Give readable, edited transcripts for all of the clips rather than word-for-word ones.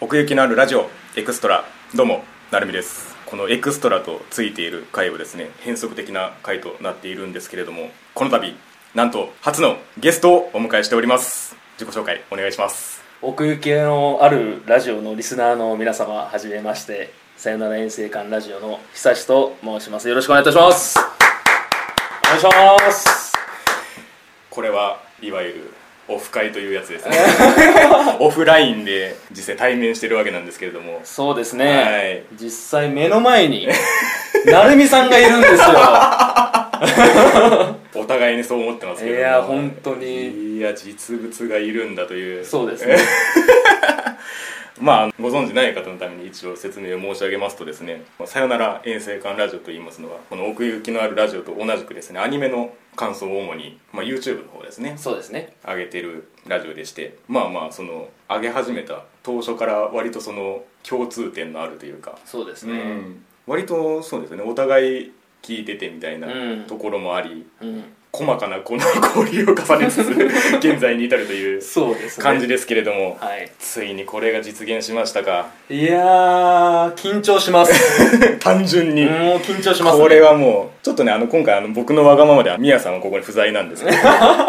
奥行きのあるラジオエクストラ。どうもなるみです。このエクストラとついている回はですね、変則的な回となっているんですけれども、この度なんと初のゲストをお迎えしております。自己紹介お願いします。 奥行きのあるラジオのリスナーの皆様、はじめまして。さよなら遠征館ラジオの久志と申します。よろしくお願いいたします。お願いします。 これはいわゆるオフ会というやつですねオフラインで実際対面してるわけなんですけれども、 そうですね、 はい、 実際目の前になるみさんがいるんですよお互いにそう思ってますけども、 いや本当に、 いや実物がいるんだという。 そうですねまあご存知ない方のために一応説明を申し上げますとですね、さよなら遠征館ラジオといいますのは、この奥行きのあるラジオと同じくですね、アニメの感想を主に、YouTube の方ですね、 そうですね、 上げてるラジオでして、その上げ始めた当初から割とその共通点のあるというか、 そうですね、 割とそうですね、お互い聞いててみたいなところもあり、細かなこの交流を重ねつつ現在に至るという感じですけれども、 はい、 ついにこれが実現しましたか。 いやー緊張します単純にもう緊張しますね。 これはもうちょっとね、今回僕のわがままではミヤさんはここに不在なんですけど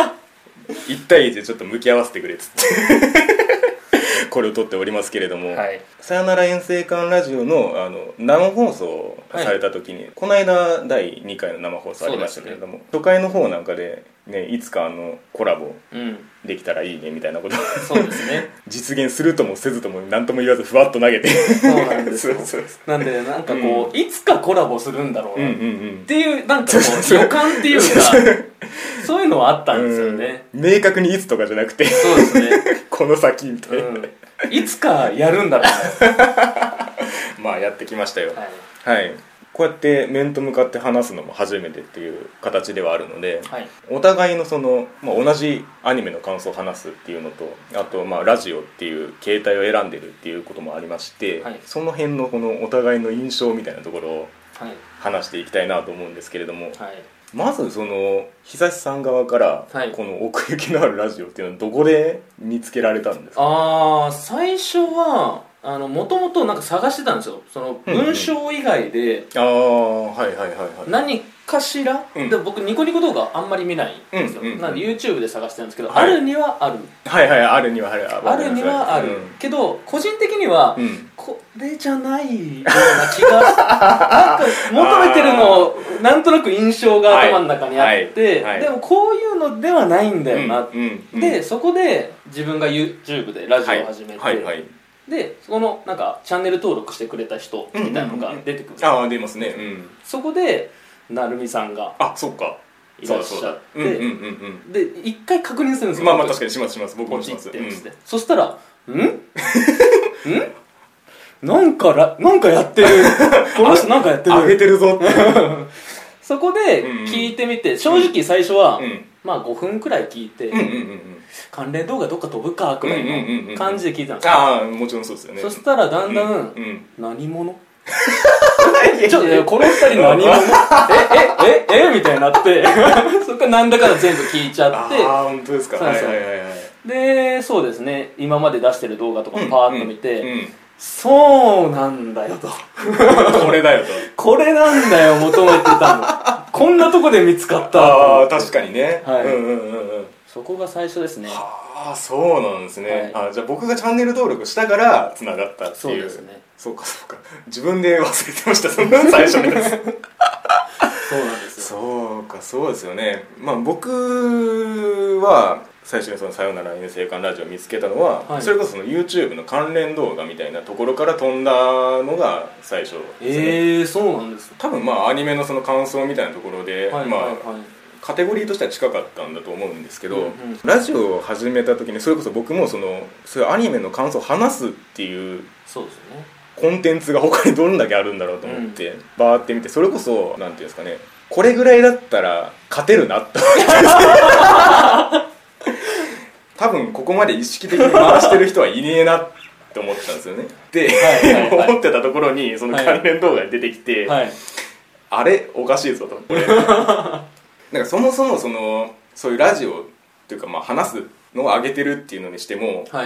1対1でちょっと向き合わせてくれっつってこれを撮っておりますけれども、 はい、 さよなら遠征館ラジオの生放送された時に、この間第2回の生放送ありましたけれども、初回の方なんかで、ね、いつかコラボできたらいいねみたいなことを、 そうですね実現するともせずとも何とも言わずふわっと投げてそうなんですよなんでなんかこう、いつかコラボするんだろうなっていうなんかこう予感っていうかそういうのはあったんですよね、 明確にいつとかじゃなくて、 そうですねこの先みたいな、 いつかやるんだろうなやってきましたよ。 はい、 はい、こうやって面と向かって話すのも初めてっていう形ではあるので、 はい、 お互いのその、同じアニメの感想を話すっていうのと、あとラジオっていう形態を選んでるっていうこともありまして、 はい、 その辺のこのお互いの印象みたいなところをはい、 話していきたいなと思うんですけれども、 はい、 まずその久志さん側から、 はい、 この奥行きのあるラジオっていうのはどこで見つけられたんですか？ 最初はもともとなんか探してたんですよ、その文章以外で、何かしら、で僕ニコニコ動画あんまり見ないんですよ、なので YouTube で探してたんですけど、あるにはある、 あるにはある、 けど個人的には、これじゃないような気がなんか求めてるのなんとなく印象が頭の中にあって、でもこういうのではないんだよな、でそこで自分が YouTube でラジオを始めて、でそこのなんかチャンネル登録してくれた人みたいなのが出てくる、 出ますね、 そこでなるみさんがそうかいらっしゃって、で一回確認するんですよ。 確かにします僕もします。 そしたらなんかやってるこの人なんかやってる上げてるぞってそこで聞いてみて、正直最初は5分くらい聞いて、関連動画どっか飛ぶかくらいの感じで聞いてたんですよ。 もちろんそうですよね。 そしたらだんだん何者ちょっとこの二人何者みたいになってそこからなんだかんだ全部聞いちゃって、 本当ですか。 でそうですね、今まで出してる動画とかもパーッと見て、そうなんだよとこれだよと、 これなんだよ求めてたのこんなとこで見つかった。 確かにね、 そこが最初ですね。 そうなんですね、じゃあ僕がチャンネル登録したからつながったっていう。 そうですね。 そうか自分で忘れてましたその最初のやつそうなんですよ。 そうか、そうですよね。僕は最初にそのさよなら遠征館ラジオを見つけたのは、それこそその YouTube の関連動画みたいなところから飛んだのが最初ですね。 そうなんです。 多分アニメのその感想みたいなところで、カテゴリーとしては近かったんだと思うんですけど、ラジオを始めた時にそれこそ僕もそういうアニメの感想を話すっていう、 そうですね、 コンテンツが他にどんだけあるんだろうと思って、バーって見て、それこそなんていうんですかね、これぐらいだったら勝てるなって思って多分ここまで意識的に回してる人はいねえなって思ってたんですよね。で、思ってたところにその関連動画が出てきて、あれおかしいぞと、これなんかそもそもそういうラジオっていうか話すのを上げてるっていうのにしても、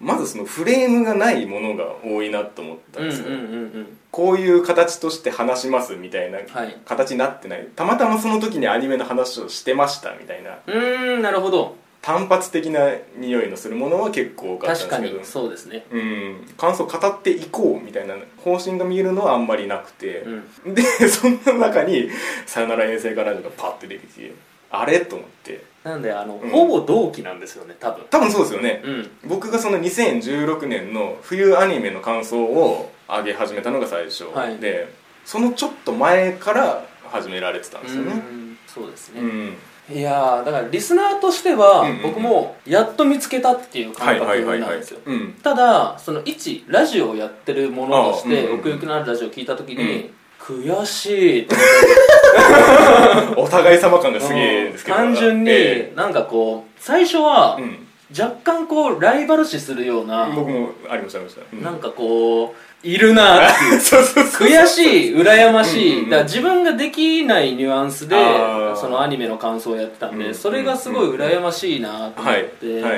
まずそのフレームがないものが多いなと思ったんですよ、こういう形として話しますみたいな形になってない、たまたまその時にアニメの話をしてましたみたいな、 なるほど、 単発的な匂いのするものは結構多かったんですけど、 確かにそうですね、 感想を語っていこうみたいな方針が見えるのはあんまりなくて、でそんな中に「さよなら遠征から」がパッて出てきて、あれと思って、 なんでほぼ同期なんですよね、多分そうですよね、僕がその2016年の冬アニメの感想を上げ始めたのが最初で、そのちょっと前から始められてたんですよね。 そうですね、いやだからリスナーとしては僕もやっと見つけたっていう感覚なんですよ。ただその一ラジオをやってるものとして奥行きのあるラジオを聞いた時に、悔しいってお互い様感がすげえんですけど、 単純になんかこう最初は若干こうライバル視するような、 僕もありました、 なんかこういるなっていう悔しい羨ましい、だから自分ができないニュアンスでそのアニメの感想をやってたんで、それがすごい羨ましいなと思って、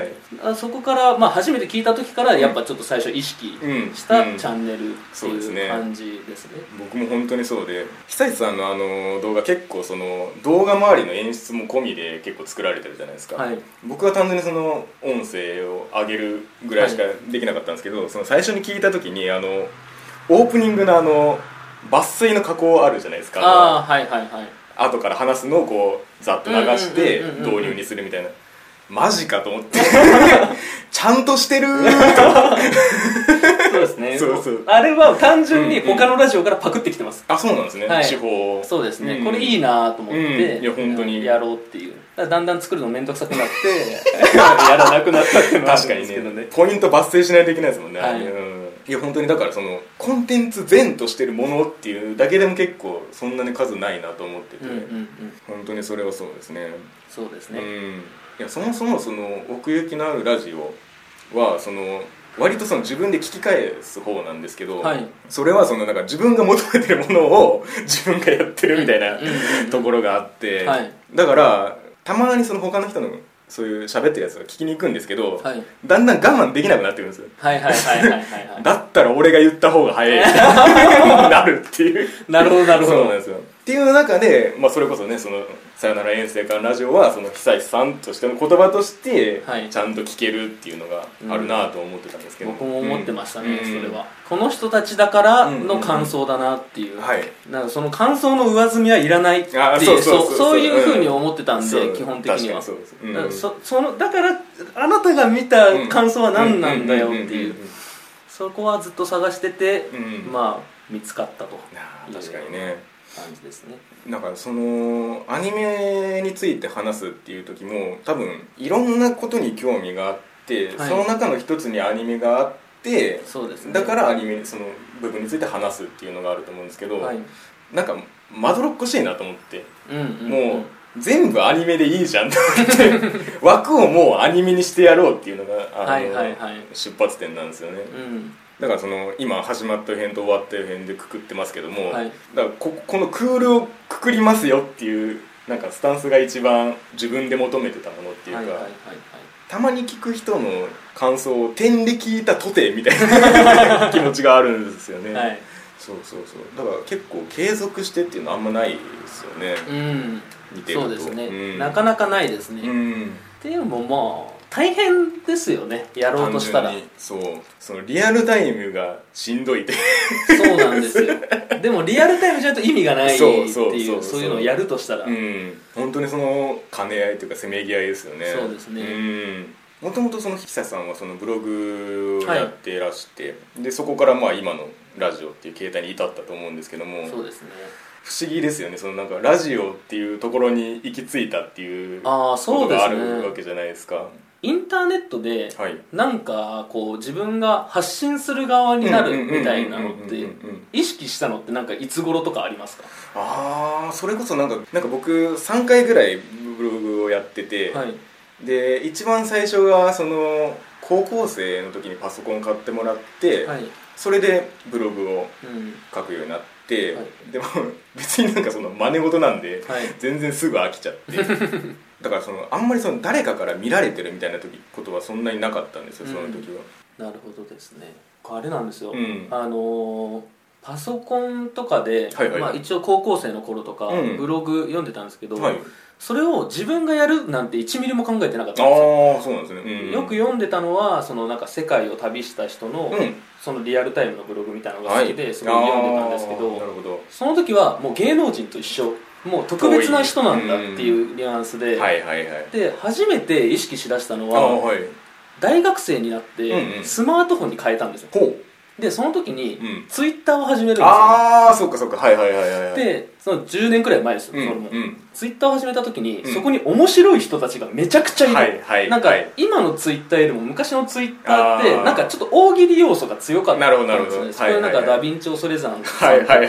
そこから初めて聞いた時からやっぱちょっと最初意識したチャンネルっていう感じですね。 僕も本当にそうで、久石さんの動画結構その動画周りの演出も込みで結構作られてるじゃないですか、僕は単純にその音声を上げるぐらいしかできなかったんですけど、その最初に聞いた時にオープニングの抜粋の加工あるじゃないですか、後から話すのをこうざっと流して導入にするみたいな、マジかと思ってちゃんとしてるそうですね、あれは単純に他のラジオからパクってきてます。 そうなんですね、手法。 そうですね、これいいなと思って本当にやろうっていう、だんだん作るの面倒くさくなってやらなくなったっていうのはあるんですけどね。 ポイント抜粋しないといけないですもんね、いや本当にだからそのコンテンツ全としてるものっていうだけでも結構そんなに数ないなと思ってて、本当にそれはそうですね。 そうですね、 いやそもそもその奥行きのあるラジオはその割とその自分で聞き返す方なんですけど、それはそのなんか自分が求めてるものを自分がやってるみたいなところがあって、だからたまにその他の人のそういう喋ってるやつを聞きに行くんですけど、だんだん我慢できなくなってくるんですよ。だったら俺が言った方が早いなるっていうなるほどそうなんですよ。っていう中で、それこそね、そのさよなら遠征からラジオはその久石さんとしての言葉としてちゃんと聞けるっていうのがあるなと思ってたんですけど、 僕も思ってましたね、それはこの人たちだからの感想だなっていう、なんかその感想の上積みはいらないっていう、そういうふうに思ってたんで、基本的にはだからあなたが見た感想は何なんだよっていう、そこはずっと探してて、見つかったという確かにね感じですね。 だからそのアニメについて話すっていう時も多分いろんなことに興味があって、その中の一つにアニメがあって、だからアニメその部分について話すっていうのがあると思うんですけど、なんかまどろっこしいなと思って、もう全部アニメでいいじゃんと思って枠をもうアニメにしてやろうっていうのが出発点なんですよね。だからその今始まった編と終わった編でくくってますけども、だからこのクールをくくりますよっていうなんかスタンスが一番自分で求めてたものっていうか、たまに聞く人の感想を点で聞いたとてみたいな気持ちがあるんですよね。そうだから結構継続してっていうのはあんまないですよね。見てると。そうですね、なかなかないですね。っていうのも大変ですよね、やろうとしたら。 そのリアルタイムがしんどいってそうなんですよ。でもリアルタイムじゃないと意味がないっていう、そういうのをやるとしたら、 本当にその兼ね合いというかせめぎ合いですよね。 そうですね。 もともとその久さんはそのブログをやっていらして、でそこから今のラジオっていう形態に至ったと思うんですけども、 そうですね、 不思議ですよね。そのなんかラジオっていうところに行き着いたっていうことがあるわけじゃないですか。 インターネットでなんかこう自分が発信する側になるみたいなのって意識したのってなんかいつ頃とかありますか？ それこそなんか僕3回ぐらいブログをやってて、で一番最初がその高校生の時にパソコン買ってもらって、それでブログを書くようになって、でも別になんかその真似事なんで、全然すぐ飽きちゃってだからあんまりその誰かから見られてるみたいなことはそんなになかったんですよ、その時は。 なるほどですね。あれなんですよ、 うん、 パソコンとかで、 はいはい、 まあ、一応高校生の頃とか、 うん、 ブログ読んでたんですけど、 はい、 それを自分がやるなんて1ミリも考えてなかったんですよ。 ああ、そうなんですね、うん、 よく読んでたのはそのなんか世界を旅した人の、 うん、 そのリアルタイムのブログみたいなのが好きで、 はい、 すごい読んでたんですけど、 なるほど、 その時はもう芸能人と一緒、もう特別な人なんだっていうニュアンスで、 はいはいはい、 で初めて意識しだしたのは、 はい、 大学生になってスマートフォンに変えたんですよ、でその時にツイッターを始めるんですよ、 ああ、そうかそうか、はいはいはいはい。 でその10年くらい前ですよ、ツイッターを始めた時に、 うん、 そこに面白い人たちがめちゃくちゃいる、 はいはい、 なんか、今のツイッターよりも昔のツイッターってなんかちょっと大喜利要素が強かったんですね。それなんかダヴィンチョ・ソレザンさんとか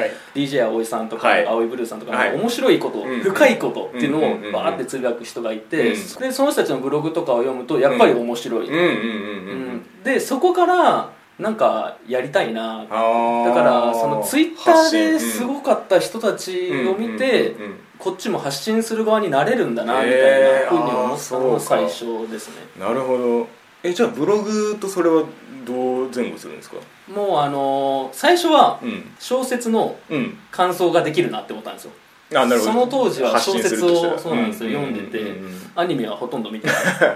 DJ 葵さんとか、はい、青いブルーさんとか、面白いこと、深いことっていうのをバーってつぶやく人がいて、でその人たちのブログとかを読むとやっぱり面白い、でそこからなんかやりたいな、だからそのツイッターですごかった人たちを見てこっちも発信する側になれるんだなみたいなふうに思ったのが最初ですね。 なるほど。じゃあブログとそれはどう前後するんですか？ もう最初は小説の感想ができるなって思ったんですよ。 なるほど。 その当時は小説をそうなんですよ、読んでて、アニメはほとんど見てない、はい、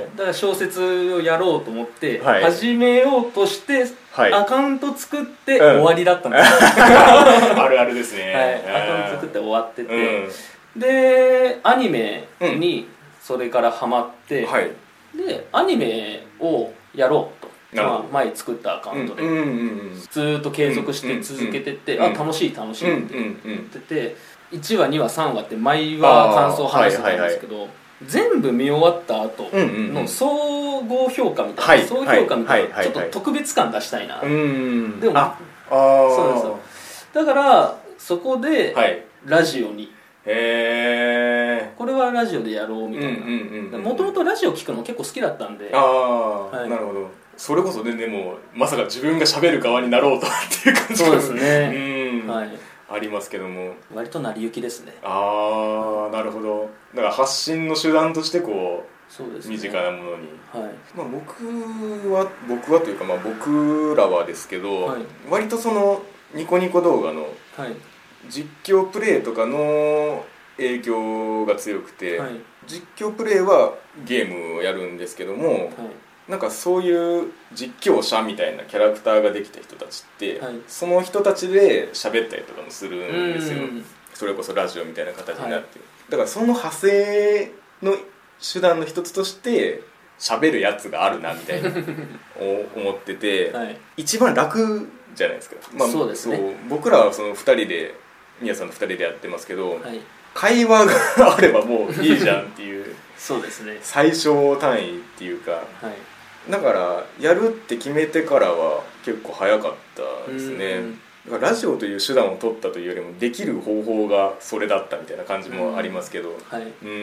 だから小説をやろうと思って始めようとしてアカウント作って終わりだったんですよ、 あるあるですね、 はい、アカウント作って終わってて、でアニメにそれからハマって、でアニメをやろうと、前作ったアカウントでずっと継続して続けてって楽しい楽しいって言ってて、1話2話3話って毎話感想を話してたんですけど、全部見終わった後の総合評価みたいな、総評価みたいなちょっと特別感出したいな、でもそうですよ、だからそこでラジオに、これはラジオでやろうみたいな、もともとラジオ聞くの結構好きだったんで、 なるほど、それこそね、でもまさか自分が喋る側になろうとっていう感じそうですね、はい、 ありますけども、 割と成り行きですね。 なるほど。だから発信の手段としてこう、 そうですね、 身近なものに、僕はというか、僕らはですけど、割とそのニコニコ動画の実況プレイとかの影響が強くて、実況プレイはゲームをやるんですけども、なんかそういう実況者みたいなキャラクターができた人たちって、その人たちで喋ったりとかもするんですよ。それこそラジオみたいな形になって、だからその派生の手段の一つとして喋るやつがあるなみたいな思ってて、一番楽じゃないですか。 そうですね。 僕らはその2人で宮さんと2人でやってますけど、会話があればもういいじゃんっていうそうですね、 最小単位っていうか、だからやるって決めてからは結構早かったですね。だからラジオという手段を取ったというよりもできる方法がそれだったみたいな感じもありますけど、 そう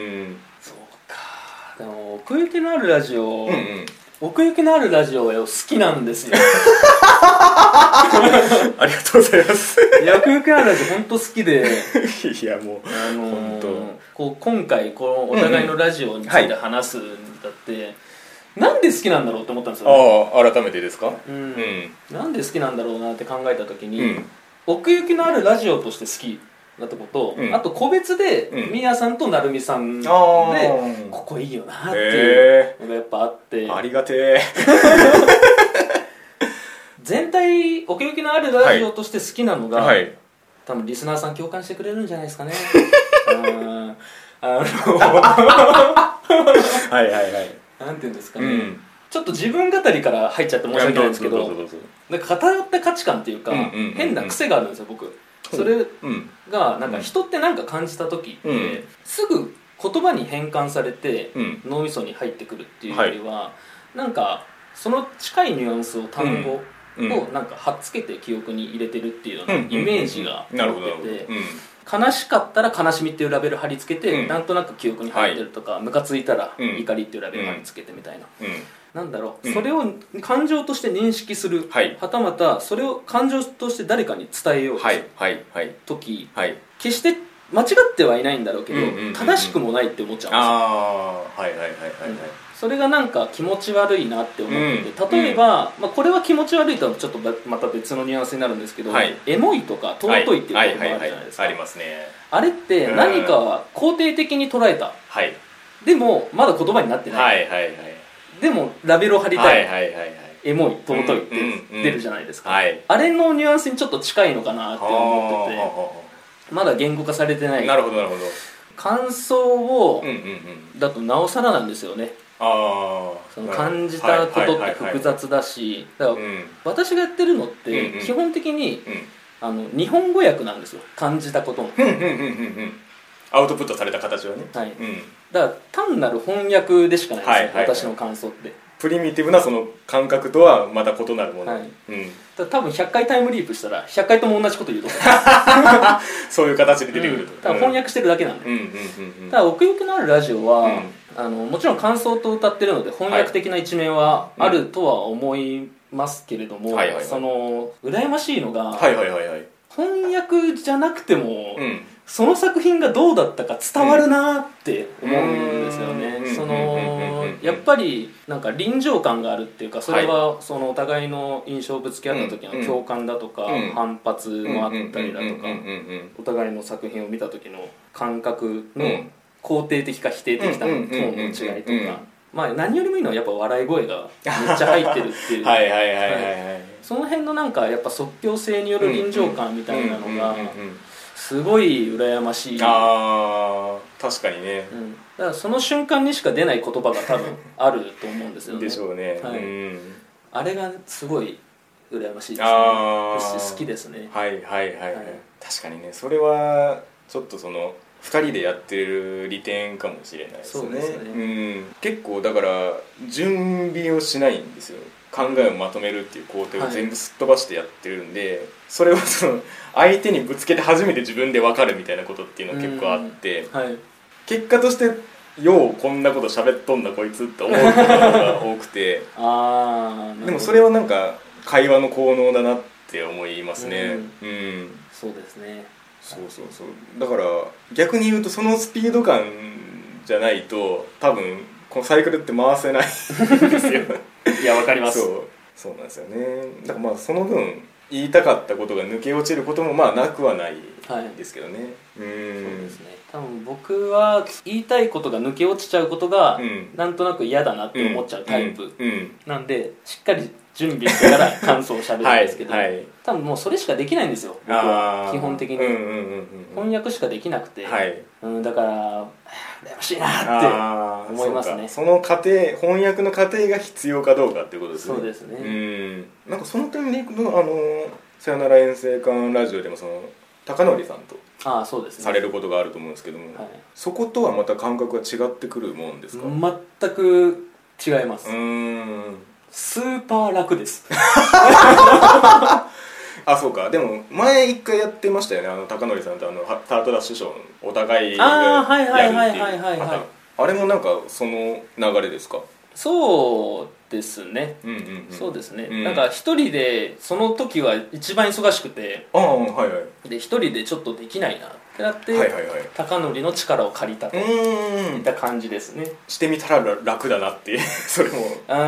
か。でも奥行きのあるラジオ、奥行きのあるラジオは好きなんですよありがとうございます。 奥行きのあるラジオ本当好きでいやもう本当今回このお互いのラジオについて話すんだって、なんで好きなんだろうって思ったんですよ、 改めてですか？ なんで好きなんだろうなって考えた時に、奥行きのあるラジオとして好きなとこと、あと個別でみやさんとなるみさんでここいいよなっていうのがやっぱあって、 ありがてえ全体奥行きのあるラジオとして好きなのが、多分リスナーさん共感してくれるんじゃないですかねなんていうんですかね、ちょっと自分語りから入っちゃって申し訳ないんですけど、なんか偏った価値観っていうか変な癖があるんですよ僕。それがなんか人って何か感じた時ってすぐ言葉に変換されて脳みそに入ってくるっていうよりは、なんかその近いニュアンスを単語をなんか貼っつけて記憶に入れてるっていうようなイメージがあってて、悲しかったら悲しみっていうラベル貼り付けて、なんとなく記憶に入ってるとか、ムカついたら怒りっていうラベル貼り付けてみたいな、なんだろう、それを感情として認識する、はたまたそれを感情として誰かに伝えようとする時、決して間違ってはいないんだろうけど、正しくもないって思っちゃうんですよ。 それがなんか気持ち悪いなって思ってて、例えば、これは気持ち悪いとはちょっとまた別のニュアンスになるんですけど、エモいとか尊いっていう言葉あるじゃないですか。 ありますね。 あれって何か肯定的に捉えた、でもまだ言葉になってない、でもラベルを貼りたい、エモい尊いって出るじゃないですか、あれのニュアンスにちょっと近いのかなって思ってて、まだ言語化されてない。 なるほどなるほど。 感想をだとなおさらなんですよね。その感じたことって複雑だし、だから私がやってるのって基本的に日本語訳なんですよ、感じたことのアウトプットされた形はね。 だから単なる翻訳でしかないんですよ、私の感想って。 プリミティブなその感覚とはまた異なるもの、 多分100回タイムリープしたら100回とも同じこと言うと思うそういう形で出てくると、 ただ翻訳してるだけなんで。ただ奥行きのあるラジオは、もちろん感想と歌ってるので翻訳的な一面はあるとは思いますけれども、その羨ましいのが、翻訳じゃなくても、その作品がどうだったか伝わるなって思うんですよね。そのやっぱりなんか臨場感があるっていうか、それはそのお互いの印象をぶつけ合った時の共感だとか反発もあったりだとか、お互いの作品を見た時の感覚の肯定的か否定的かのトーンの違いとか、何よりもいいのはやっぱ笑い声がめっちゃ入ってるっていうその辺のなんかやっぱ即興性による臨場感みたいなのがすごい羨ましい。 確かにね、 だからその瞬間にしか出ない言葉が多分あると思うんですよね。 でしょうね、 あれがすごい羨ましいですね。好きですね。 確かにね、それはちょっとその2人でやってる利点かもしれないですね。結構だから準備をしないんですよ。考えをまとめるっていう工程を全部すっ飛ばしてやってるんで、それをその相手にぶつけて初めて自分で分かるみたいなことっていうのが結構あって、結果としてようこんなこと喋っとんだこいつって思うことが多くてでもそれはなんか会話の効能だなって思いますね。 そうですね。 だから逆に言うとそのスピード感じゃないと多分このサイクルって回せないんですよいやわかります。 そうなんですよね。だからその分言いたかったことが抜け落ちることもなくはないですけどね。 そうですね。多分僕は言いたいことが抜け落ちちゃうことがなんとなく嫌だなって思っちゃうタイプなんで、しっかり準備してから感想をしゃべるんですけど多分もうそれしかできないんですよ、僕は基本的に。翻訳しかできなくて、だから羨ましいなって思いますね。 その過程、翻訳の過程が必要かどうかっていうことですね。 そうですね。 なんかその点でいくとさよなら遠征館ラジオでもその高典さんとされることがあると思うんですけども、そことはまた感覚が違ってくるもんですか？ 全く違います。スーパー楽ですそうか。でも前一回やってましたよね、高典さんとタートダッシュショーお互いがやるっていう。あれもなんかその流れですか？ そうですね。そうですね。なんか一人でその時は一番忙しくて、で一人でちょっとできないなってなって、高典の力を借りたといった感じですね。 してみたら楽だなってそれも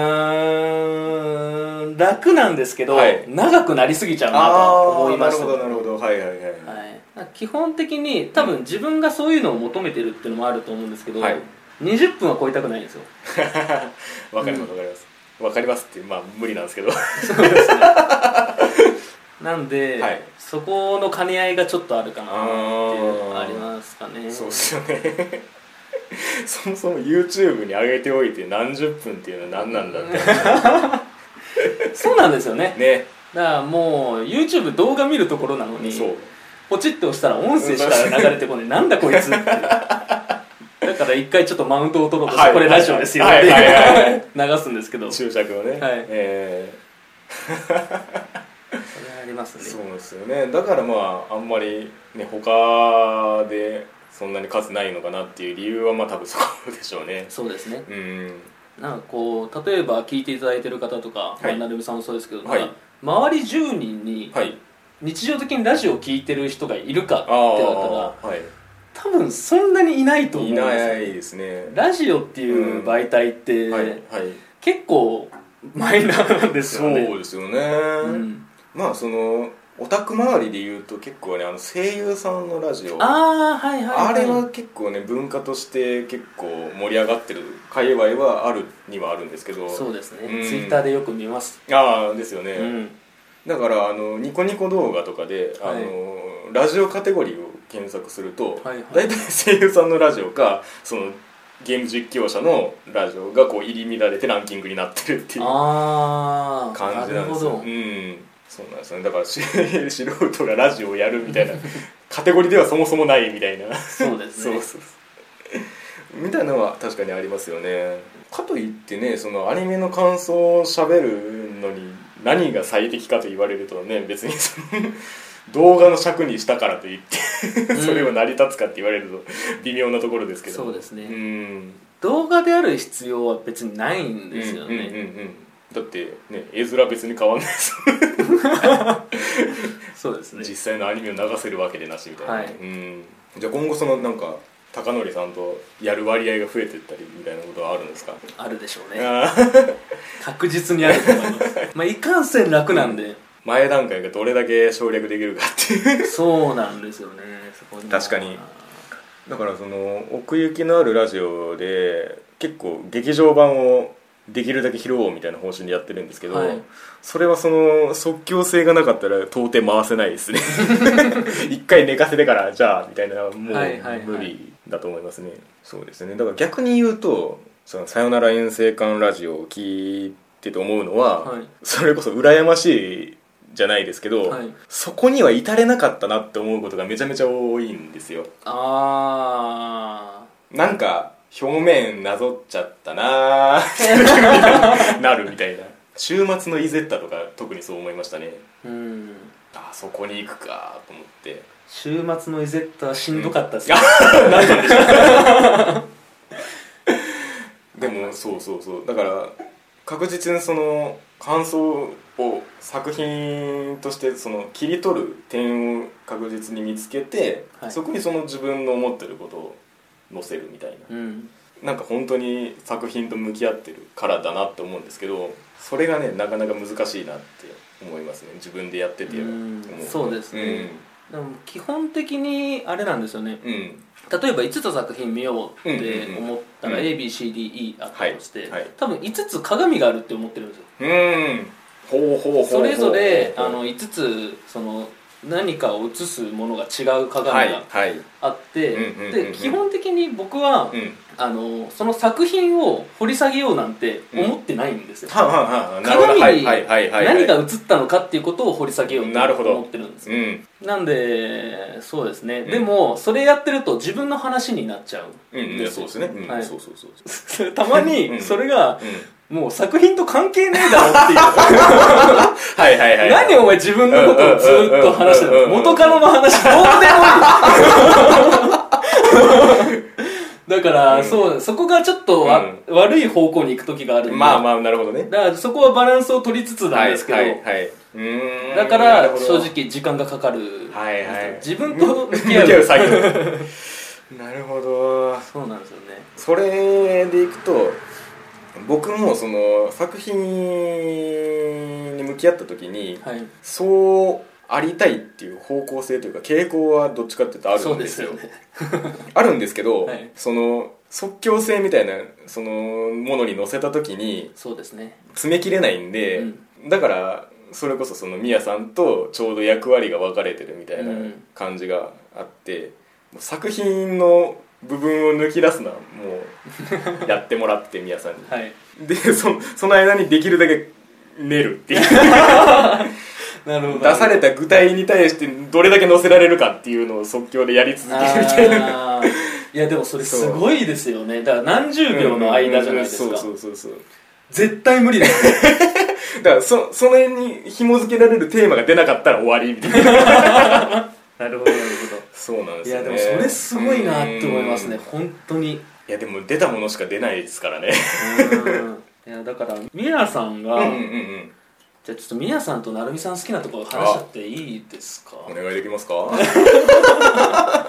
楽なんですけど、長くなりすぎちゃうなと思いました。 なるほど。 基本的に多分自分がそういうのを求めてるっていうのもあると思うんですけど、20分は超えたくないんですよ。 わかりますって無理なんですけどそうですね。なんで、そこの兼ね合いがちょっとあるかなっていうのがありますかね。 そうですよねそもそも YouTube に上げておいて何十分っていうのは何なんだってそうなんですよね。だからもう YouTube 動画見るところなのにポチッと押したら音声しか流れてこないなんだこいつってだから一回ちょっっとマウントを取ろうとして、これラジオですよって流すんですけど、 注釈をね、 それはありますね。 そうですよね。だからあんまりね他でそんなに数ないのかなっていう理由は多分そこでしょうね。 そうですね。なんかこう例えば聞いていただいてる方とか、なるみさんもそうですけど、周り10人に日常的にラジオを聞いてる人がいるかって言われたら、 多分そんなにいないと思うんですよ。 いないですね。 ラジオっていう媒体って、 はいはい、 結構マイナーなんですよね。 そうですよね、まあそのオタク周りで言うと結構ね、声優さんのラジオ、 はいはいはい、 あれは結構ね文化として結構盛り上がってる界隈はあるにはあるんですけど。 そうですね、ツイッターでよく見ます。 ですよね、だからニコニコ動画とかで、ラジオカテゴリーを検索すると、大体声優さんのラジオかそのゲーム実況者のラジオがこう入り乱れてランキングになってるっていう感じなんですよ。そうなんですよね。だから素人がラジオをやるみたいなカテゴリーではそもそもないみたいな。 そうですねそうみたいなのは確かにありますよね。かといってね、そのアニメの感想を喋るのに何が最適かと言われるとね、別にその動画の尺にしたからといってそれを成り立つかって言われると微妙なところですけど。 そうですね、動画である必要は別にないんですよね。 だってね、絵面別に変わんないですそうですね、 実際のアニメを流せるわけでなしみたいな、じゃあ今後そのなんか高典さんとやる割合が増えていったりみたいなことはあるんですか？ あるでしょうね確実にあると思いますいかんせん楽なんで、 前段階がどれだけ省略できるかっていうそうなんですよね。そこに確かに。だからその奥行きのあるラジオで結構劇場版をできるだけ拾おうみたいな方針でやってるんですけど、それはその即興性がなかったら到底回せないですね一回寝かせてからじゃあみたいな、もう無理だと思いますね。そうですね。だから逆に言うとそのさよなら遠征館ラジオを聞いてて思うのは、それこそ羨ましいじゃないですけど、そこには至れなかったなって思うことがめちゃめちゃ多いんですよ。なんか表面なぞっちゃったなーなるみたいな。週末のイゼッタとか特にそう思いましたね。そこに行くかと思って。 週末のイゼッタはしんどかったですね、 なんででしたでもそうだから確実にその感想を作品としてその切り取る点を確実に見つけて、そこにその自分の思ってることを載せるみたいな、なんか本当に作品と向き合ってるからだなって思うんですけど、それがねなかなか難しいなって思いますね、自分でやってて思う。 そうですね、でも基本的にあれなんですよね、例えば5つ作品見ようって思ったら ABCDE あったとして、多分5つ鏡があるって思ってるんですよ。それぞれ5つその何かを映すものが違う鏡があって、で基本的に僕は、その作品を掘り下げようなんて思ってないんですよ。鏡に何が映ったのかっていうことを掘り下げようと思ってるんですよ。なんでそうですね、でもそれやってると自分の話になっちゃうんですよ。そうですね。たまにそれがもう作品と関係ねえだろっていう何お前自分のことをずっと話してるの、元カノの話どうでもいいだから、そこがちょっと悪い方向に行く時があるんで、 なるほどね。 だからそこはバランスを取りつつなんですけど、だから正直時間がかかる、自分と向き合う作業なるほど。 そうなんですよね。 それでいくと僕もその作品に向き合った時に、そうありたいっていう方向性というか傾向はどっちかっていうとあるんですよ。あるんですけど、その即興性みたいなそのものに乗せた時に詰め切れないんで、だからそれこそそのミヤさんとちょうど役割が分かれてるみたいな感じがあって、作品の部分を抜き出すのはもうやってもらってミヤさんに、でその間にできるだけ寝るっていうなるほど、 出された具体に対してどれだけ載せられるかっていうのを即興でやり続けるみたいな。 いやでもそれすごいですよね。だから何十秒の間じゃないですか。絶対無理ですだからその辺に紐付けられるテーマが出なかったら終わりみたいななるほどそうなんですよね。 いやでもそれすごいなって思いますね、本当に。いやでも出たものしか出ないですからねいやだからミヤさんが、じゃあちょっとミヤさんと成美さん好きなところ話しちゃっていいですか？ お願いできますか？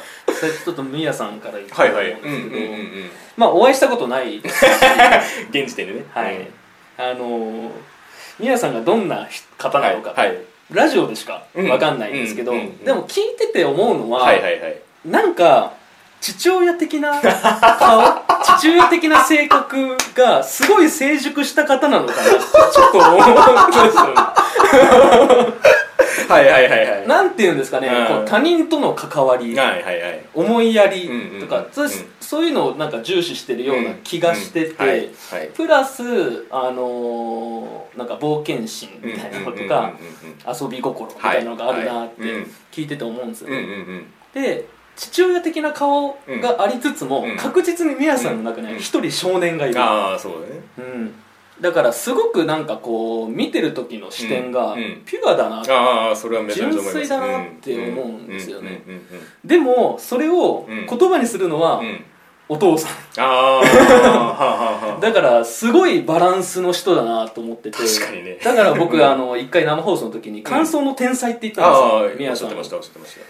ちょっとミヤさんから言ってもらうんですけど、まあお会いしたことないですし現時点でね、 はい、ミヤさんがどんな方なのか、 はいはい、 ラジオでしか分かんないんですけど、でも聞いてて思うのは、なんか父親的な顔父親的な性格がすごい成熟した方なのかなってちょっと思うんですよねはいはいはいはい、 なんていうんですかね、こう他人との関わり、 はいはいはい、 思いやりとか、そういうのをなんか重視してるような気がしてて、プラスなんか冒険心みたいなのとか遊び心みたいなのがあるなって聞いてて思うんですよね。で父親的な顔がありつつも、確実にミヤさんの中には一人少年がいる。 ああそうだね。 だからすごくなんかこう見てる時の視点がピュアだなって、 それはめちゃめちゃ思います。 純粋だなって思うんですよね。でもそれを言葉にするのはお父さんだからすごいバランスの人だなと思ってて、 確かにね。 だから僕一回生放送の時に感想の天才って言ったんですよ、宮さん。おっしゃってました。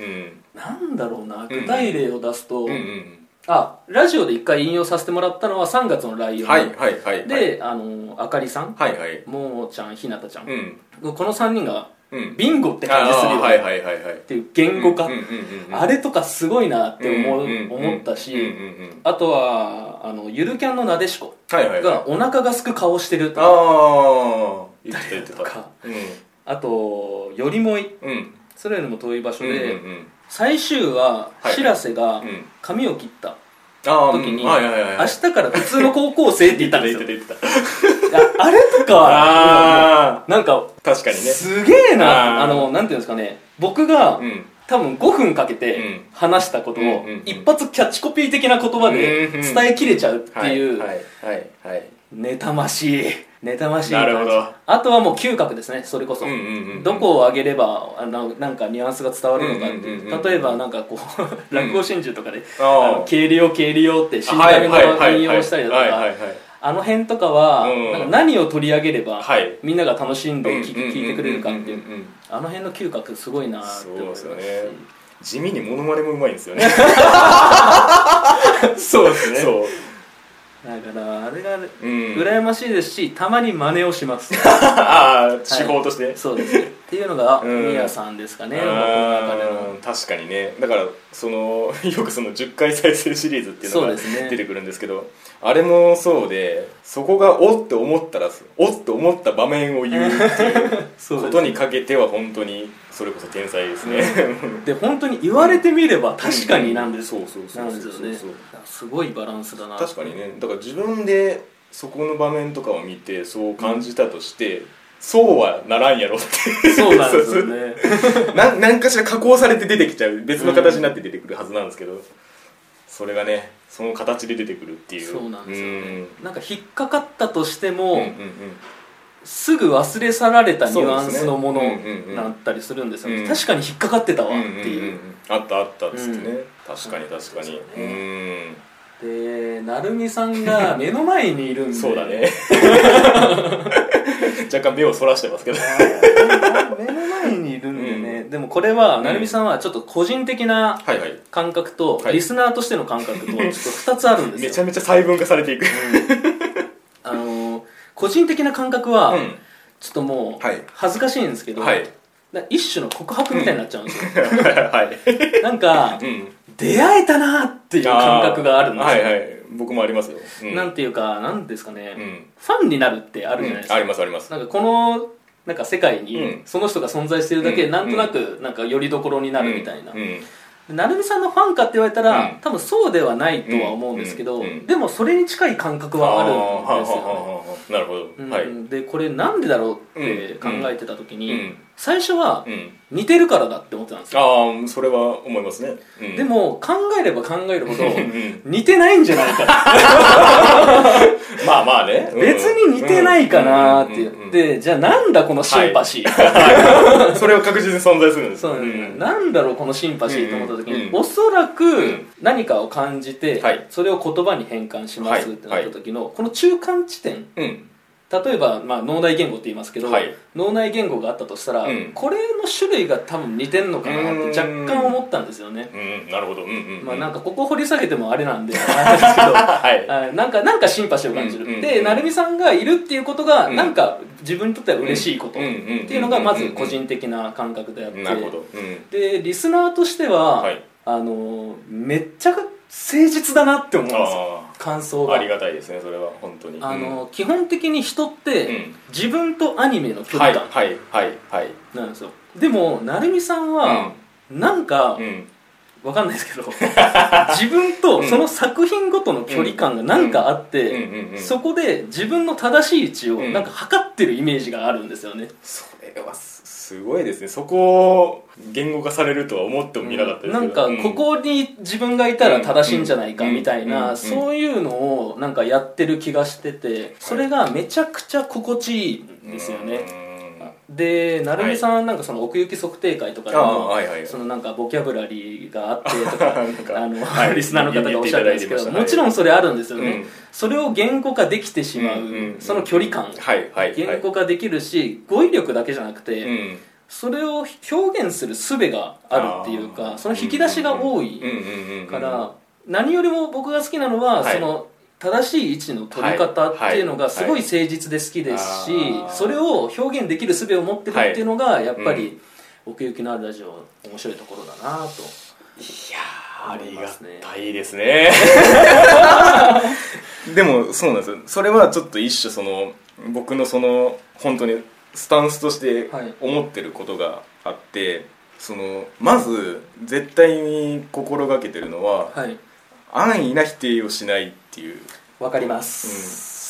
なんだろうな、具体例を出すと、ラジオで一回引用させてもらったのは3月のライオンで、あかりさん、ももちゃん、ひなたちゃん、この3人がビンゴって感じするよっていう言語化、あれとかすごいなって思ったし、あとはゆるキャンのなでしこがお腹がすく顔してるとか、あとよりもい、それよりも遠い場所で最終はしらせが髪を切った時に明日から普通の高校生って言ったんですよあれとかなんか確かにねすげえな、なんていうんですかね、僕が多分5分かけて話したことを一発キャッチコピー的な言葉で伝えきれちゃうっていう妬ましい感じ。あとはもう嗅覚ですね。それこそどこを上げればなんかニュアンスが伝わるのかっていう、例えばなんかこう落語真珠とかで「経理用経理用」って死んだみの引用したりだとか、あの辺とかはなんか何を取り上げればみんなが楽しんで聞いてくれるかっていう、あの辺の嗅覚すごいなって思いますし、 地味にモノマネもうまいんですよねそうですね。 だからあれが羨ましいですし、たまに真似をします手法として、 そうですっていうのがミヤさんですかね、僕の中での。 確かにね。だからよくその10回再生シリーズっていうのが出てくるんですけど、あれもそうで、そこがおって思ったらおって思った場面を言うっていうことにかけては本当にそれこそ天才ですねで本当に言われてみれば確かになんですよね。すごいバランスだな。 確かにね。だから自分でそこの場面とかを見てそう感じたとして、そうはならんやろってそうなんですよね何かしら加工されて出てきちゃう、別の形になって出てくるはずなんですけど、それがねその形で出てくるっていう。 そうなんですよね。なんか引っかかったとしてもすぐ忘れ去られたニュアンスのものだったりするんですよね。確かに引っかかってたわっていう、 あったっつってね、確かにで、なるみさんが目の前にいるんでそうだね若干目をそらしてますけど目の前にいるんでね、でもこれはなるみさんはちょっと個人的な感覚とリスナーとしての感覚とちょっと2つあるんですよ。 めちゃめちゃ細分化されていく個人的な感覚はちょっともう恥ずかしいんですけど、一種の告白みたいになっちゃうんですよなんか出会えたなっていう感覚があるんですよ。 僕もありますよ。 なんていうか、なんですかね、ファンになるってあるじゃないですか。 ありますあります。 なんかこのなんか世界にその人が存在してるだけでなんとなくなんかよりどころになるみたいな。なるみさんのファンかって言われたら多分そうではないとは思うんですけど、でもそれに近い感覚はあるんですよね。 なるほど。 でこれなんでだろうって考えてた時に、最初は似てるからだって思ってたんですよ。 それは思いますね。 でも考えれば考えるほど似てないんじゃないかまあまあね、 別に似てないかなって言って、じゃあなんだこのシンパシーそれは確実に存在するんです。 なんだろうこのシンパシーと思った時に、おそらく何かを感じてそれを言葉に変換しますってなった時のこの中間地点っ例えば、脳内言語って言いますけど、脳内言語があったとしたら、これの種類が多分似てんのかなって若干思ったんですよね。 なるほど。 なんかここ掘り下げてもあれなんであれですけど、なんかシンパシーを感じる。で、成美さんがいるっていうことがなんか自分にとっては嬉しいことっていうのがまず個人的な感覚であって、でリスナーとしては、めっちゃ誠実だなって思うんですよ、感想が。 ありがたいですね、それは本当に。 基本的に人って自分とアニメの距離感なんですよ。でも成美さんはなんかわかんないですけど自分とその作品ごとの距離感がなんかあって、そこで自分の正しい位置をなんか測ってるイメージがあるんですよね。 それはすごいですね。そこを言語化されるとは思ってもみなかったですけど、 なんかここに自分がいたら正しいんじゃないかみたいな、そういうのをなんかやってる気がしてて、それがめちゃくちゃ心地いいんですよね。で成美さんなんかその奥行き測定会とかでもそのなんかボキャブラリーがあってとかリスナーの方がおっしゃったんですけど、もちろんそれあるんですよね。それを言語化できてしまうその距離感、言語化できるし、語彙力だけじゃなくてそれを表現する術があるっていうか、その引き出しが多いから、何よりも僕が好きなのはその正しい位置の取り方っていうのがすごい誠実で好きですし、それを表現できる術を持ってるっていうのがやっぱり奥行きのあるラジオ面白いところだなと。いやー、ありがたいですねでもそうなんですよ。それはちょっと一種その僕のその本当にスタンスとして思ってることがあって、そのまず絶対に心がけてるのは、安易な否定をしないっていう。 わかります、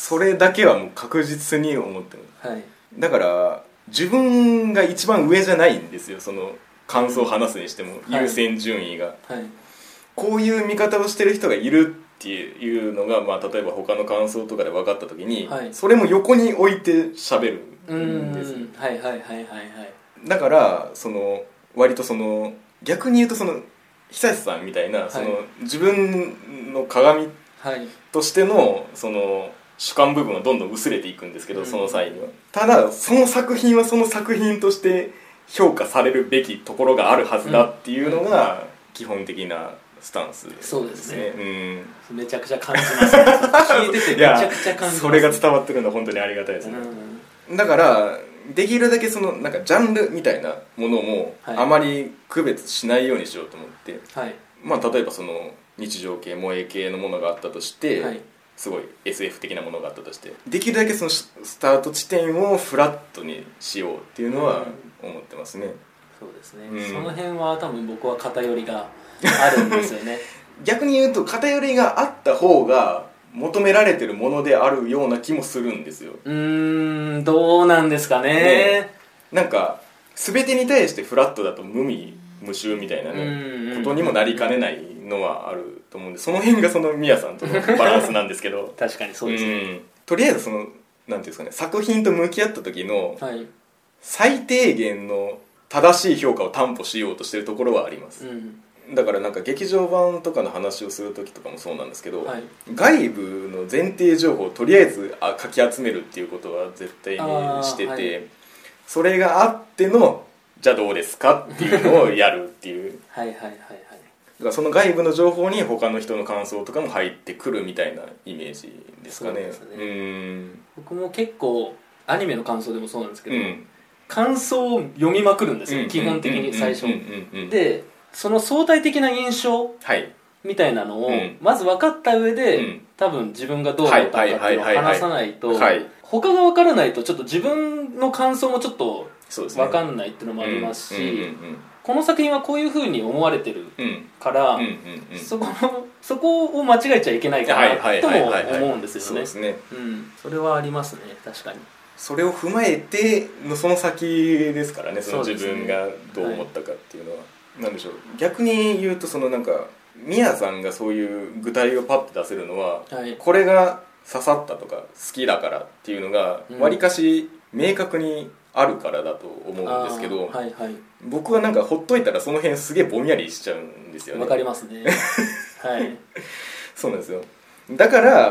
それだけはもう確実に思ってる、だから自分が一番上じゃないんですよ、その感想を話すにしても、優先順位が、こういう見方をしてる人がいるっていうのが、例えば他の感想とかで分かった時に、それも横に置いて喋るんですよ。だからその割とその逆に言うとその久志さんみたいな、その自分の鏡としてのその主観部分はどんどん薄れていくんですけど、その際にはただその作品はその作品として評価されるべきところがあるはずだっていうのが基本的なスタンスですね。 そうですね、めちゃくちゃ感じますね聞いててめちゃくちゃ感じます、 それが伝わってるのは本当にありがたいですね、だからできるだけそのなんかジャンルみたいなものもあまり区別しないようにしようと思って、例えばその日常系萌え系のものがあったとして、すごい SF 的なものがあったとして、できるだけそのスタート地点をフラットにしようっていうのは思ってますね。 そうですね、その辺は多分僕は偏りがあるんですよね逆に言うと偏りがあった方が求められてるものであるような気もするんですよ。 どうなんですかね。 なんか全てに対してフラットだと無味無臭みたいなねことにもなりかねないのはあると思うんで、その辺がそのミヤさんとのバランスなんですけど確かにそうですね、 とりあえずそのなんていうんですかね、作品と向き合った時の最低限の正しい評価を担保しようとしてるところはあります、だからなんか劇場版とかの話をする時とかもそうなんですけど、外部の前提情報をとりあえずかき集めるっていうことは絶対にしてて、それがあってのじゃあどうですかっていうのをやるっていうだからその外部の情報に他の人の感想とかも入ってくるみたいなイメージですかね。そうですね、 僕も結構アニメの感想でもそうなんですけど、感想を読みまくるんですよ、基本的に最初で、その相対的な印象みたいなのをまず分かった上で、多分自分がどう思ったかっていうのを話さないと、他が分からないとちょっと自分の感想もちょっと分かんないっていうのもありますし、この作品はこういう風に思われてるから、そこを間違えちゃいけないかなとも思うんですよね。それはありますね、確かに。 それを踏まえてのその先ですからね、その自分がどう思ったかっていうのは、なんでしょう、逆に言うとそのなんかミヤさんがそういう具体をパッと出せるのは、これが刺さったとか好きだからっていうのがわりかし明確にあるからだと思うんですけど、僕はなんかほっといたらその辺すげえぼんやりしちゃうんですよね。 わかりますねはいそうなんですよ。だから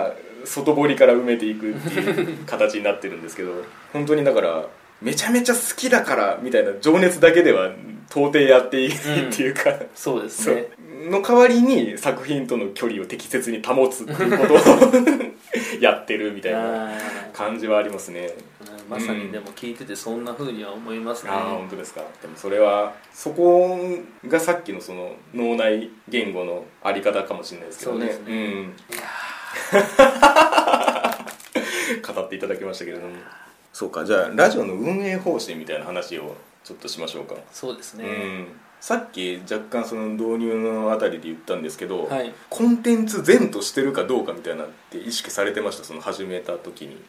外堀から埋めていくっていう形になってるんですけど、本当にだからめちゃめちゃ好きだからみたいな情熱だけでは到底やっていないっていうか、 そうですねの代わりに作品との距離を適切に保つっていうことをやってるみたいな感じはありますね。 まさにでも聞いててそんな風には思いますね。 本当ですか。でもそれはそこがさっきのその脳内言語のあり方かもしれないですけどね。 そうですね、いや語っていただきましたけれども、そうか、じゃあラジオの運営方針みたいな話をちょっとしましょうか。 そうですね、 さっき若干その導入のあたりで言ったんですけど、 はい、 コンテンツ善としてるかどうかみたいなって意識されてました？その始めた時に。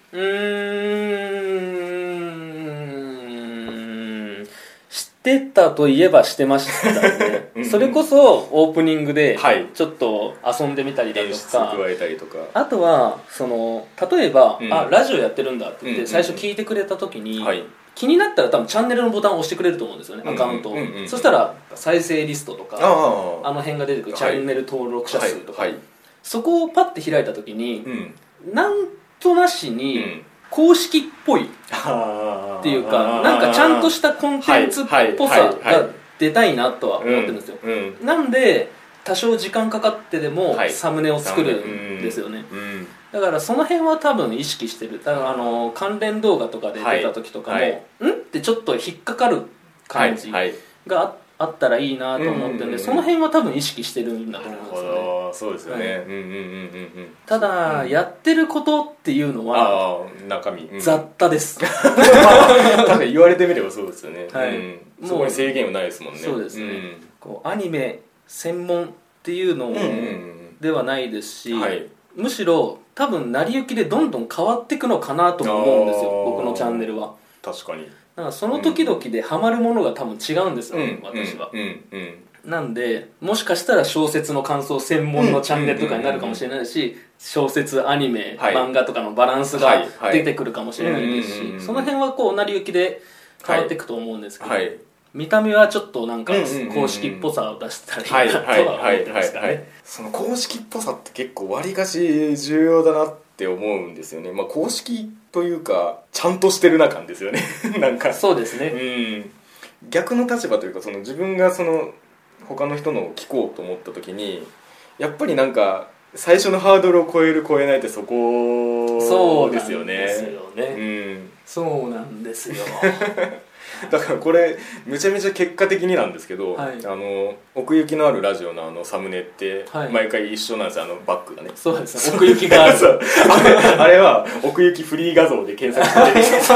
してたといえばしてましたねそれこそオープニングでちょっと遊んでみたりだとか、 演出を加えたりとか、 あとはその例えば、ラジオやってるんだって言って最初聞いてくれた時に、気になったら多分チャンネルのボタンを押してくれると思うんですよね、アカウントを、そしたら再生リストとかあの辺が出てくるチャンネル登録者数とか、そこをパッて開いた時に、なんとなしに公式っぽいっていうか、なんかちゃんとしたコンテンツっぽさが出たいなとは思ってるんですよ、なんで多少時間かかってでもサムネを作るんですよね、だからその辺は多分意識してる。だから関連動画とかで出た時とかも、んってちょっと引っかかる感じがあったらいいなと思ってるんで、その辺は多分意識してるんだと思うんですよね。 そうですよね、 ただ、やってることっていうのは中身、 雑多です確かに言われてみればそうですよね、そこに制限はないですもんね。 そうですね、こうアニメ専門っていうのではないですし、むしろ多分成り行きでどんどん変わっていくのかなとも思うんですよ、僕のチャンネルは。 確かに。 だからその時々でハマるものが多分違うんですよ、私は。なんでもしかしたら小説の感想専門のチャンネルとかになるかもしれないし、小説アニメ、漫画とかのバランスが出てくるかもしれないですし、その辺はこう成り行きで変わっていくと思うんですけど、見た目はちょっとなんか公式っぽさを出したらいいなとは思ってましたね。 その公式っぽさって結構割かし重要だなって思うんですよね。公式というかちゃんとしてるな感ですよねなんかそうですね、 逆の立場というか、その自分がその他の人のを聞こうと思った時に、やっぱりなんか最初のハードルを超える超えないってそこですよね。そうなんですよだからこれめちゃめちゃ結果的になんですけど、奥行きのあるラジオのサムネって毎回一緒なんですよ、バックがね。 そうですね、奥行きがあるあれは奥行きフリー画像で検索して出てきたんです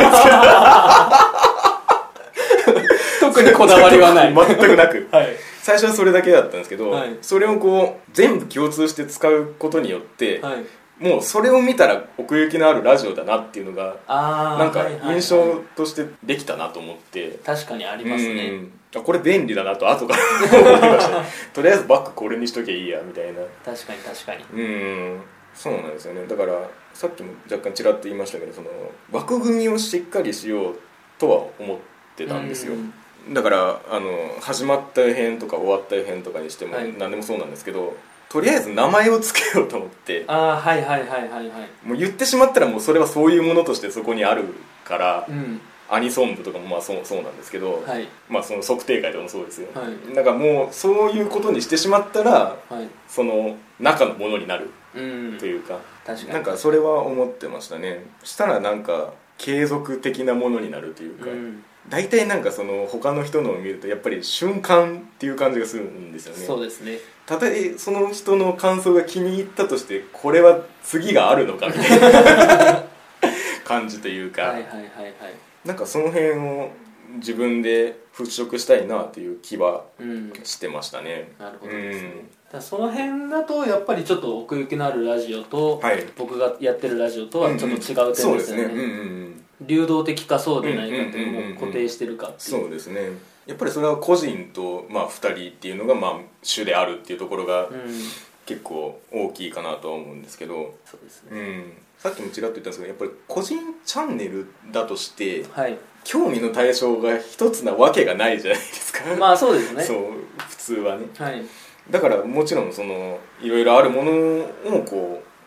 けど特にこだわりはない全くなく、最初はそれだけだったんですけど、それをこう全部共通して使うことによって、もうそれを見たら奥行きのあるラジオだなっていうのがなんか印象としてできたなと思って。 確かにありますね、 これ便利だなと後から思いましたとりあえずバックこれにしときゃいいやみたいな。 確かにそうなんですよね。だからさっきも若干ちらっと言いましたけど、その枠組みをしっかりしようとは思ってたんですよ。だから始まった編とか終わった編とかにしても何でもそうなんですけど、とりあえず名前を付けようと思って、もう言ってしまったらもうそれはそういうものとしてそこにあるから、アニソン部とかもそうなんですけど、その測定会とかもそうですよ、だからもうそういうことにしてしまったら、その中のものになるというか、なんかそれは思ってましたね。したらなんか継続的なものになるというか、大体なんかその他の人のを見るとやっぱり瞬間っていう感じがするんですよね。 そうですね。 たとえその人の感想が気に入ったとして、これは次があるのかみたいな感じというか、なんかその辺を自分で払拭したいなという気はしてましたね。 なるほどですね。だその辺だとやっぱりちょっと奥行きのあるラジオと、僕がやってるラジオとはちょっと違う点ですよね。流動的かそうでないかっていうのを固定してるかっていう。 そうですね。やっぱりそれは個人と2人っていうのが主であるっていうところが結構大きいかなとは思うんですけど、 そうですね、 さっきもちらっと言ったんですけど、やっぱり個人チャンネルだとして、興味の対象が一つなわけがないじゃないですか。 そうですね。 そう普通はね、だからもちろんそのいろいろあるものをこう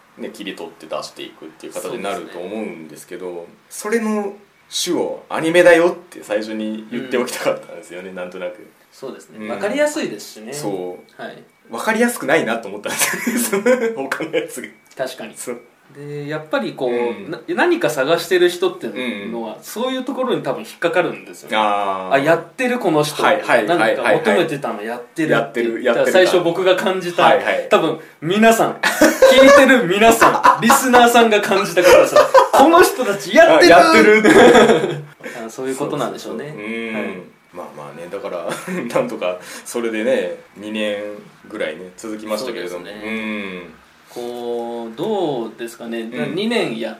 ね、切り取って出していくっていう形になると思うんですけど、それの種をアニメだよって最初に言っておきたかったんですよね、なんとなく。 そうですね、分かりやすいですしね。 そう、 はい、 分かりやすくないなと思ったんですよね他のやつが。 確かに。でやっぱりこう、何か探してる人っていうのは、そういうところに多分引っかかるんですよね。やってるこの人、何か求めてたのやってるっていう。最初僕が感じた、多分皆さん聞いてる皆さんリスナーさんが感じたことです。この人たちやってるそういうことなんでしょうね。 まあね、だからなんとかそれでね2年ぐらいね続きましたけれども、 こうどうですかね、2年やって、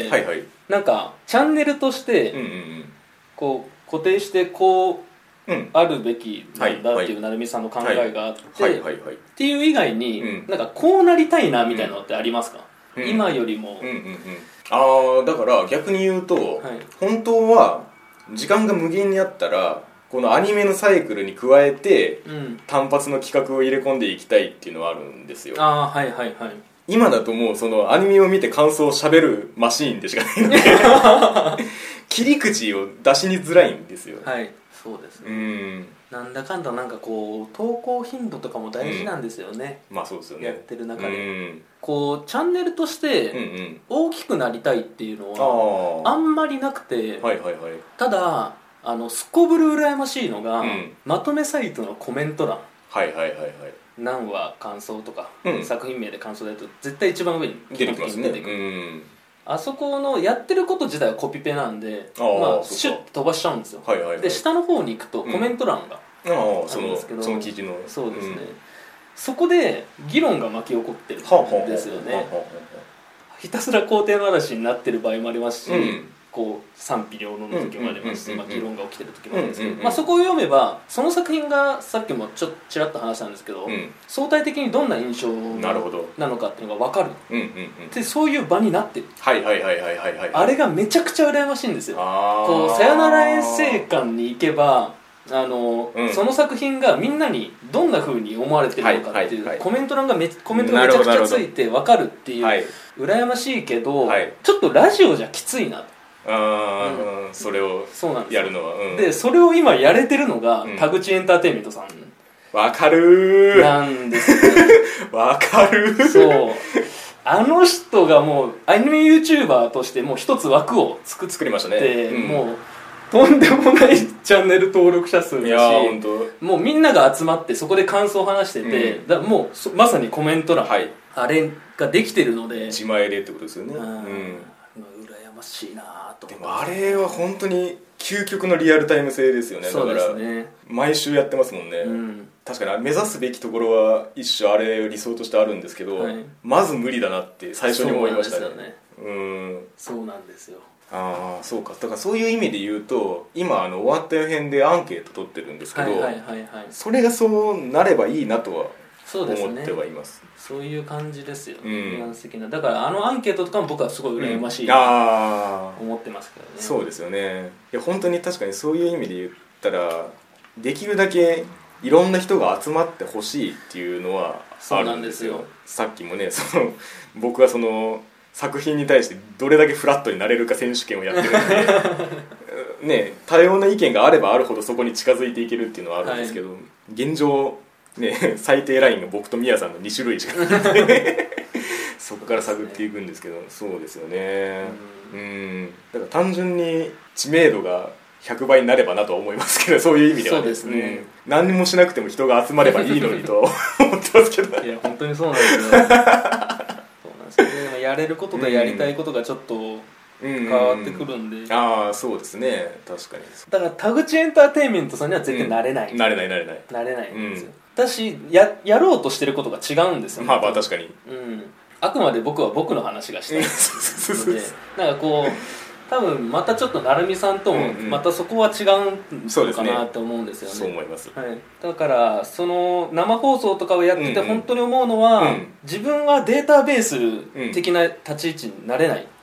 なんかチャンネルとして、こう固定してこう、あるべきなんだっていう成美さんの考えがあって、っていう以外に、なんかこうなりたいなみたいなのってありますか、今よりも。 だから逆に言うと、本当は時間が無限にあったらこのアニメのサイクルに加えて、単発の企画を入れ込んでいきたいっていうのはあるんですよ。今だともうそのアニメを見て感想を喋るマシーンでしかないので切り口を出しにづらいんですよ。 そうですね。なんだかんだなんかこう投稿頻度とかも大事なんですよね。 まあそうですよね。 やってる中で、こうチャンネルとして大きくなりたいっていうのはあんまりなくて、ただすこぶる羨ましいのが、まとめサイトのコメント欄、何話感想とか、作品名で感想だと絶対一番上に出てきますね。 あそこのやってること自体はコピペなんで、シュッと飛ばしちゃうんですよ。で下の方に行くとコメント欄があるんですけど、 その記事のそうですね、そこで議論が巻き起こってるんですよね。ひたすら肯定の嵐になってる場合もありますし、こう賛否両論の時もありますし、議論が起きてる時もあるんですけど、そこを読めばその作品がさっきもちらっと話したんですけど、相対的にどんな印象なのかっていうのが分かる、でそういう場になってる。あれがめちゃくちゃ羨ましいんですよ。こうさよなら遠征館に行けばその作品がみんなにどんな風に思われてるのかっていうコメントがめちゃくちゃついて分かるっていう、羨ましいけど、ちょっとラジオじゃきついなと。 それをやるのは、 でそれを今やれてるのが田口エンターテインメントさんわかるなんですよわかる。 そうあの人がもうアニメ YouTuber としてもう一つ枠を作りましたね。 もうとんでもないチャンネル登録者数だし、もうみんなが集まってそこで感想を話してて、もうまさにコメント欄、あれができてるので自前でってことですよね。 羨ましいなと。 でもあれは本当に究極のリアルタイム性ですよね。だから毎週やってますもんね。確かに目指すべきところは一緒あれ理想としてあるんですけど、まず無理だなって最初に思いましたね。 そうなんですよ。 そうか。だからそういう意味で言うと今終わった予編でアンケート取ってるんですけど、それがそうなればいいなとは思ってはいます。 そういう感じですよね。だからアンケートとかも僕はすごい羨ましいと思ってますけどね。 そうですよね。いや本当に確かにそういう意味で言ったらできるだけいろんな人が集まってほしいっていうのはあるんですよ。さっきもね僕はその作品に対してどれだけフラットになれるか選手権をやってるんでね、多様な意見があればあるほどそこに近づいていけるっていうのはあるんですけど、現状ね最低ラインが僕とミヤさんの2種類しかなくてそこから探っていくんですけど、そうですよね。だから単純に知名度が100倍になればなとは思いますけど、そういう意味ではですね、何にもしなくても人が集まればいいのにと思ってますけどいや本当にそうなんですよやれることとやりたいことがちょっと変わってくるんで、 そうですね。確かに。 だから田口エンターテインメントさんには絶対なれない、なれないんですよ。だしやろうとしてることが違うんですよ。 まあ確かに、 あくまで僕は僕の話がしたいのでなんかこう多分またちょっと成美さんともまたそこは違うのかなと思うんですよね。 そう思います。 だからその生放送とかをやってて本当に思うのは、自分はデータベース的な立ち位置になれない。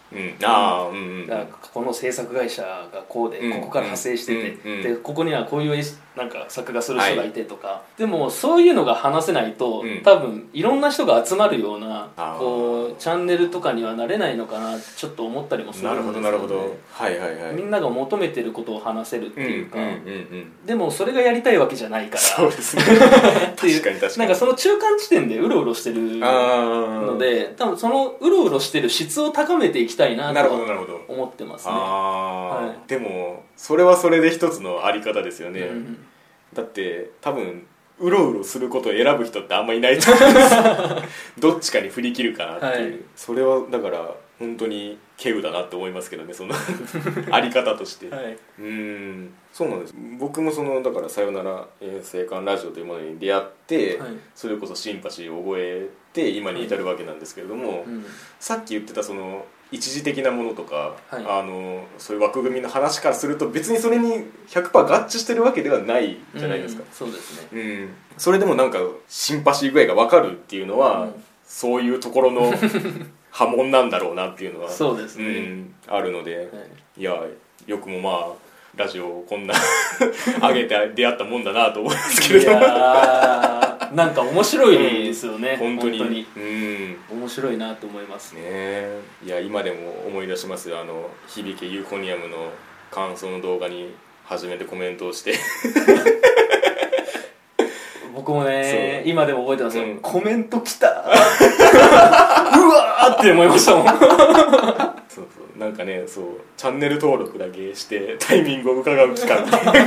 だからこの制作会社がこうで、ここから派生してて、でここにはこういうなんか作画する人がいてとか、でもそういうのが話せないと、多分いろんな人が集まるようなこうチャンネルとかにはなれないのかなちょっと思ったりもするんですよね。 なるほど、はいはいはい。 みんなが求めてることを話せるっていうか、でもそれがやりたいわけじゃないから、 そうですねっていう確かになんかその中間地点でうろうろしてるので、多分そのうろうろしてる質を高めていきたいなと思ってますね。 でもそれはそれで一つのあり方ですよね、だって多分うろうろすることを選ぶ人ってあんまいないと思うんですよどっちかに振り切るかなっていう、それはだから本当に稀有だなって思いますけどね、そのあり方として、そうなんです。僕もだからさよなら遠征館ラジオというものに出会って、それこそシンパシーを覚えて今に至るわけなんですけれども、さっき言ってたその一時的なものとか、そういう枠組みの話からすると別にそれに 100% 合致してるわけではないじゃないですか、 そうですね、 それでもなんかシンパシー具合が分かるっていうのは、そういうところの波紋なんだろうなっていうのはそうですね、 あるので、いやよくもまあラジオをこんな上げて出会ったもんだなと思いますけれども、いやなんか面白いですよね、 本当に面白いなと思いますね。いや今でも思い出しますよ、響けユーフォニアムの感想の動画に初めてコメントをして僕もね今でも覚えてますよ、コメント来たうわーって思いましたもんそうなんかね、そうチャンネル登録だけしてタイミングを伺う期間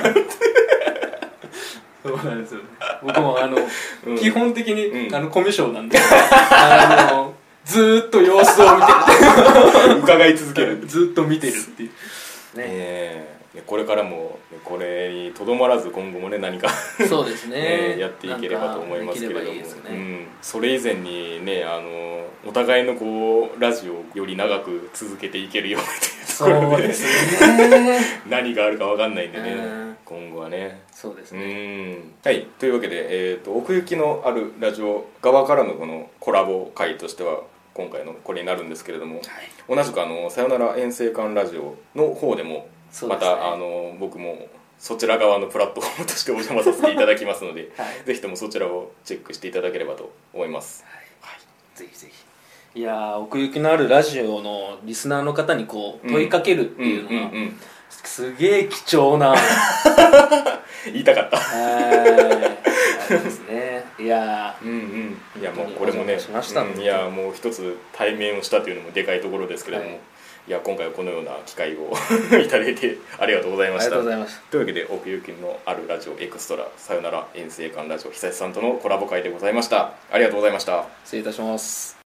そうなんですよね。僕も基本的に、コミュ障なんでずーっと様子を見てる伺い続けるずっと見てるっていうね。 これからもこれにとどまらず今後もね何かそうですねやっていければと思いますけれども、それ以前にねお互いのこうラジオをより長く続けていけるようにというところで、何があるか分かんないんでね、今後はね。 そうですね。 はい、というわけで、奥行きのあるラジオ側からのこのコラボ会としては今回のこれになるんですけれども、同じくさよなら遠征館ラジオの方でもまた僕もそちら側のプラットフォームとしてお邪魔させていただきますので、ぜひともそちらをチェックしていただければと思います。 ぜひぜひ。いや奥行きのあるラジオのリスナーの方にこう問いかけるっていうのはすげえ貴重な言いたかったそうですね。いやもうこれもね、いやもう一つ対面をしたというのもでかいところですけれども、いや今回はこのような機会をいただいてありがとうございました。というわけで奥行きのあるラジオエクストラさよなら遠征館ラジオ久志さんとのコラボ会でございました。ありがとうございました。 失礼いたします。